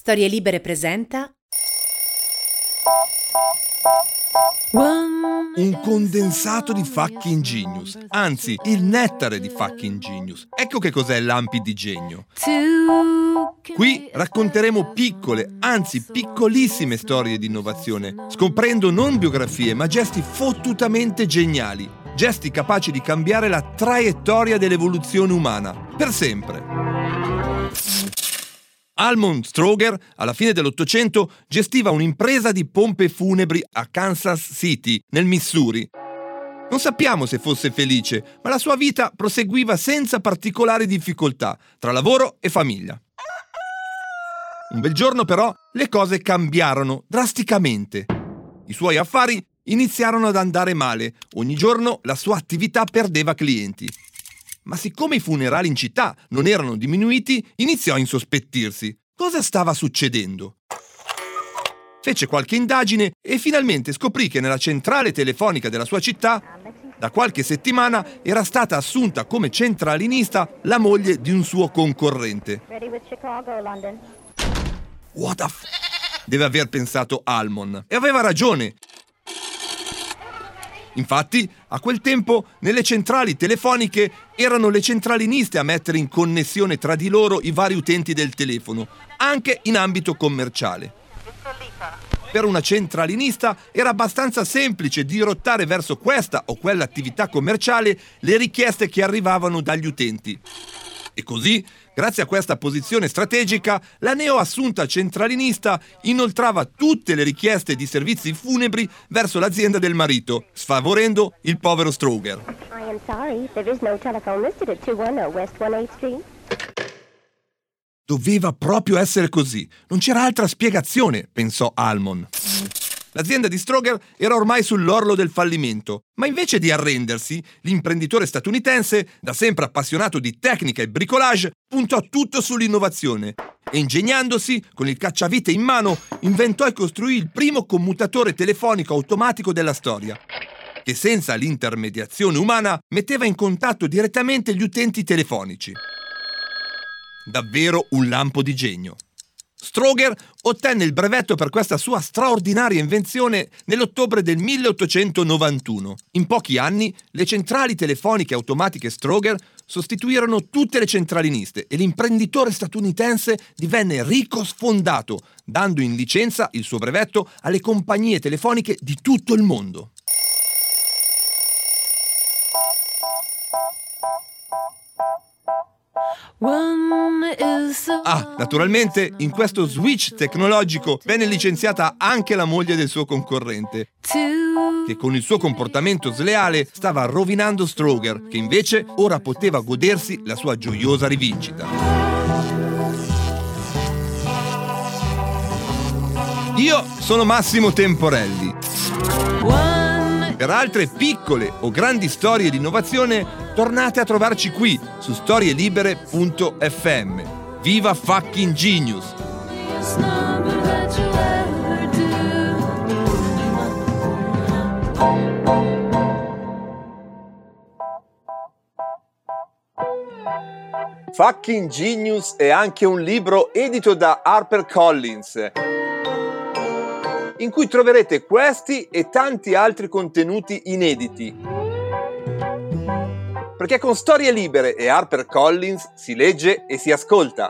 Storie Libere presenta Un condensato di fucking genius, anzi il nettare di fucking genius. Ecco che cos'è l'Ampi di Genio. Qui racconteremo piccole, anzi piccolissime storie di innovazione, scoprendo non biografie ma gesti fottutamente geniali, gesti capaci di cambiare la traiettoria dell'evoluzione umana, per sempre. Almond Stroger, alla fine dell'Ottocento, gestiva un'impresa di pompe funebri a Kansas City, nel Missouri. Non sappiamo se fosse felice, ma la sua vita proseguiva senza particolari difficoltà, tra lavoro e famiglia. Un bel giorno, però, le cose cambiarono drasticamente. I suoi affari iniziarono ad andare male. Ogni giorno la sua attività perdeva clienti. Ma siccome i funerali in città non erano diminuiti, iniziò a insospettirsi. Cosa stava succedendo? Fece qualche indagine e finalmente scoprì che nella centrale telefonica della sua città, da qualche settimana, era stata assunta come centralinista la moglie di un suo concorrente. What the f***? Deve aver pensato Almond. E aveva ragione. Infatti, a quel tempo, nelle centrali telefoniche erano le centraliniste a mettere in connessione tra di loro i vari utenti del telefono, anche in ambito commerciale. Per una centralinista era abbastanza semplice dirottare verso questa o quell'attività commerciale le richieste che arrivavano dagli utenti. E così, grazie a questa posizione strategica, la neoassunta centralinista inoltrava tutte le richieste di servizi funebri verso l'azienda del marito, sfavorendo il povero Stroger. Doveva proprio essere così. Non c'era altra spiegazione, pensò Almond. L'azienda di Stroger era ormai sull'orlo del fallimento, ma invece di arrendersi, l'imprenditore statunitense, da sempre appassionato di tecnica e bricolage, puntò tutto sull'innovazione e, ingegnandosi, con il cacciavite in mano, inventò e costruì il primo commutatore telefonico automatico della storia, che senza l'intermediazione umana metteva in contatto direttamente gli utenti telefonici. Davvero un lampo di genio. Stroger ottenne il brevetto per questa sua straordinaria invenzione nell'ottobre del 1891. In pochi anni, le centrali telefoniche automatiche Stroger sostituirono tutte le centraliniste e l'imprenditore statunitense divenne ricco sfondato, dando in licenza il suo brevetto alle compagnie telefoniche di tutto il mondo. Naturalmente, in questo switch tecnologico venne licenziata anche la moglie del suo concorrente, che con il suo comportamento sleale stava rovinando Stroger, che invece ora poteva godersi la sua gioiosa rivincita. Io sono Massimo Temporelli. Per altre piccole o grandi storie di innovazione, tornate a trovarci qui su storielibere.fm. Viva fucking genius! Fucking Genius è anche un libro edito da HarperCollins, in cui troverete questi e tanti altri contenuti inediti. Perché con Storie Libere e HarperCollins si legge e si ascolta.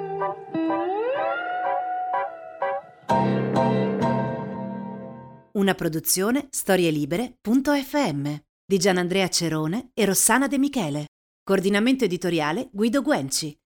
Una produzione storielibere.fm di Gianandrea Cerone e Rossana De Michele. Coordinamento editoriale Guido Guenci.